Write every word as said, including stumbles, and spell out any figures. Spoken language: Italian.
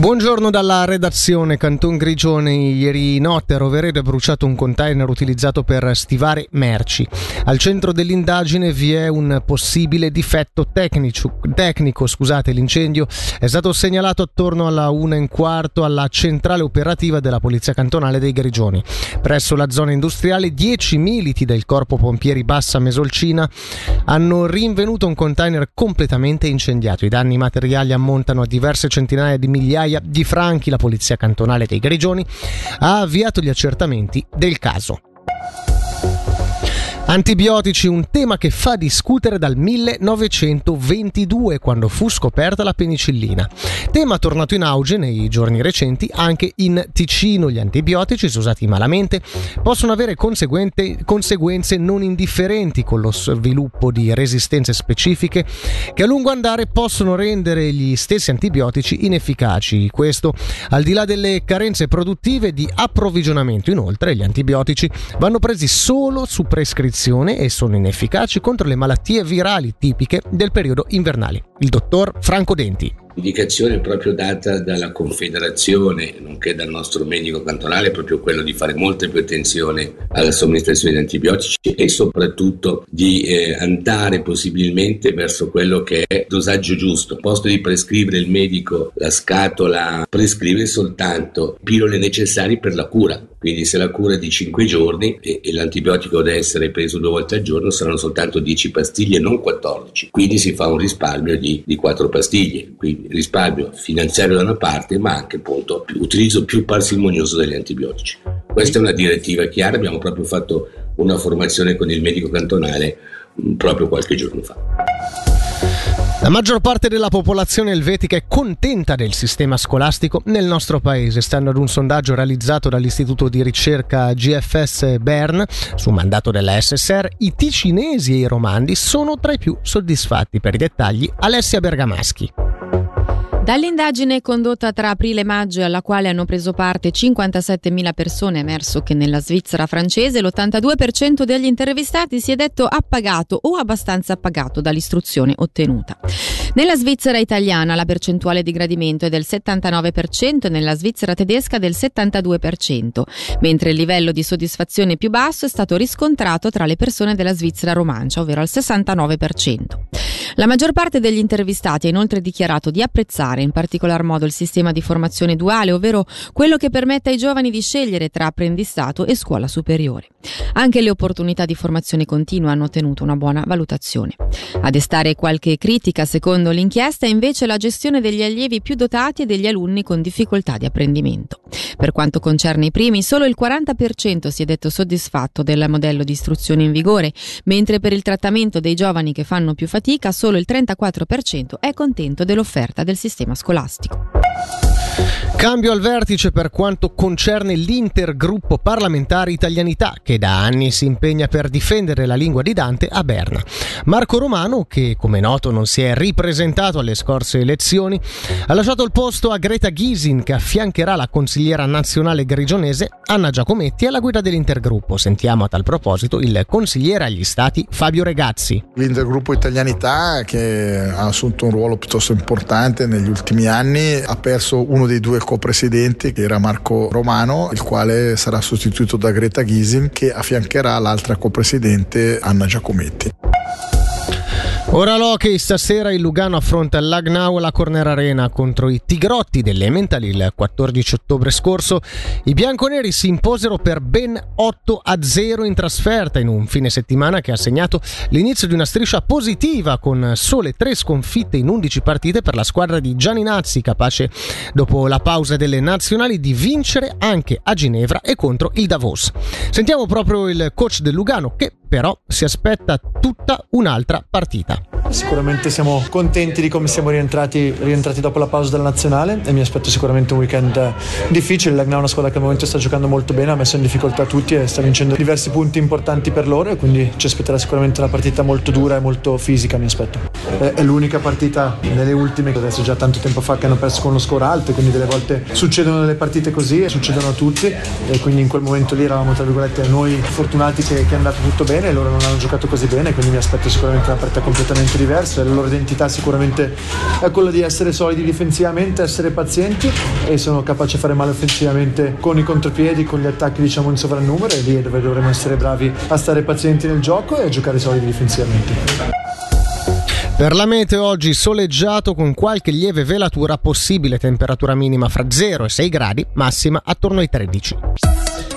Buongiorno dalla redazione. Canton Grigione. Ieri notte a Roveredo è bruciato un container utilizzato per stivare merci. Al centro dell'indagine vi è un possibile difetto tecnico. tecnico scusate. L'incendio è stato segnalato attorno alla una e un quarto alla centrale operativa della Polizia Cantonale dei Grigioni. Presso la zona industriale, dieci militi del Corpo Pompieri Bassa Mesolcina hanno rinvenuto un container completamente incendiato. I danni materiali ammontano a diverse centinaia di migliaia di franchi. La Polizia Cantonale dei Grigioni ha avviato gli accertamenti del caso. Antibiotici, un tema che fa discutere dal millenovecentoventidue, quando fu scoperta la penicillina. Tema tornato in auge nei giorni recenti anche in Ticino. Gli antibiotici, se usati malamente, possono avere conseguenze non indifferenti, con lo sviluppo di resistenze specifiche che a lungo andare possono rendere gli stessi antibiotici inefficaci. Questo al di là delle carenze produttive di approvvigionamento. Inoltre, gli antibiotici vanno presi solo su prescrizione e sono inefficaci contro le malattie virali tipiche del periodo invernale. Il dottor Franco Denti. L'indicazione proprio data dalla Confederazione, nonché dal nostro medico cantonale, è proprio quello di fare molta più attenzione alla somministrazione di antibiotici e soprattutto di eh, andare possibilmente verso quello che è il dosaggio giusto. Al posto di prescrivere il medico la scatola, prescrive soltanto pillole necessarie per la cura. Quindi se la cura è di cinque giorni e, e l'antibiotico deve essere preso due volte al giorno, saranno soltanto dieci pastiglie, non quattordici. Quindi si fa un risparmio di, di quattro pastiglie. Quindi risparmio finanziario da una parte, ma anche appunto più, utilizzo più parsimonioso degli antibiotici. Questa è una direttiva chiara. Abbiamo proprio fatto una formazione con il medico cantonale mh, proprio qualche giorno fa. La maggior parte della popolazione elvetica è contenta del sistema scolastico nel nostro paese. Stando ad un sondaggio realizzato dall'istituto di ricerca G F S Bern su mandato della S S R, i ticinesi e i romandi sono tra i più soddisfatti. Per i dettagli, Alessia Bergamaschi. Dall'indagine condotta tra aprile e maggio, alla quale hanno preso parte cinquantasettemila persone, è emerso che nella Svizzera francese l'ottantadue per cento degli intervistati si è detto appagato o abbastanza appagato dall'istruzione ottenuta. Nella Svizzera italiana la percentuale di gradimento è del settantanove per cento e nella Svizzera tedesca del settantadue per cento, mentre il livello di soddisfazione più basso è stato riscontrato tra le persone della Svizzera romancia, ovvero al sessantanove per cento. La maggior parte degli intervistati ha inoltre dichiarato di apprezzare in particolar modo il sistema di formazione duale, ovvero quello che permette ai giovani di scegliere tra apprendistato e scuola superiore. Anche le opportunità di formazione continua hanno ottenuto una buona valutazione. A destare qualche critica, secondo l'inchiesta, è invece la gestione degli allievi più dotati e degli alunni con difficoltà di apprendimento. Per quanto concerne i primi, solo il quaranta per cento si è detto soddisfatto del modello di istruzione in vigore, mentre per il trattamento dei giovani che fanno più fatica solo il trentaquattro per cento è contento dell'offerta del sistema scolastico. Cambio al vertice per quanto concerne l'intergruppo parlamentare Italianità, che da anni si impegna per difendere la lingua di Dante a Berna. Marco Romano, che come noto non si è ripresentato alle scorse elezioni, ha lasciato il posto a Greta Gysin, che affiancherà la consigliera nazionale grigionese Anna Giacometti alla guida dell'intergruppo. Sentiamo a tal proposito il consigliere agli stati Fabio Regazzi. L'intergruppo Italianità, che ha assunto un ruolo piuttosto importante negli ultimi anni, ha perso uno dei due co-presidenti, che era Marco Romano, il quale sarà sostituito da Greta Gysin, che affiancherà l'altra co-presidente Anna Giacometti. Ora l'hockey, stasera il Lugano affronta il Lugnau alla Corner Arena contro i Tigrotti dell'Emmental. Il quattordici ottobre scorso i bianconeri si imposero per ben otto a zero in trasferta, in un fine settimana che ha segnato l'inizio di una striscia positiva con sole tre sconfitte in undici partite per la squadra di Gianni Nazzi, capace dopo la pausa delle nazionali di vincere anche a Ginevra e contro il Davos. Sentiamo proprio il coach del Lugano, che però si aspetta tutta un'altra partita. Sicuramente siamo contenti di come siamo rientrati, rientrati dopo la pausa della nazionale e mi aspetto sicuramente un weekend difficile. L'Agnà è una squadra che al momento sta giocando molto bene, ha messo in difficoltà tutti e sta vincendo diversi punti importanti per loro, e quindi ci aspetterà sicuramente una partita molto dura e molto fisica, mi aspetto. È l'unica partita nelle ultime, adesso già tanto tempo fa, che hanno perso con uno score alto, quindi delle volte succedono delle partite così e succedono a tutti, e quindi in quel momento lì eravamo tra virgolette noi fortunati che, che è andato tutto bene e loro non hanno giocato così bene, quindi mi aspetto sicuramente una partita completamente diverso e la loro identità sicuramente è quella di essere solidi difensivamente, essere pazienti, e sono capaci di fare male offensivamente con i contropiedi, con gli attacchi diciamo in sovrannumero, e lì è dove dovremo essere bravi a stare pazienti nel gioco e a giocare solidi difensivamente. Per la meteo oggi soleggiato con qualche lieve velatura possibile, temperatura minima fra zero e sei gradi, massima attorno ai tredici.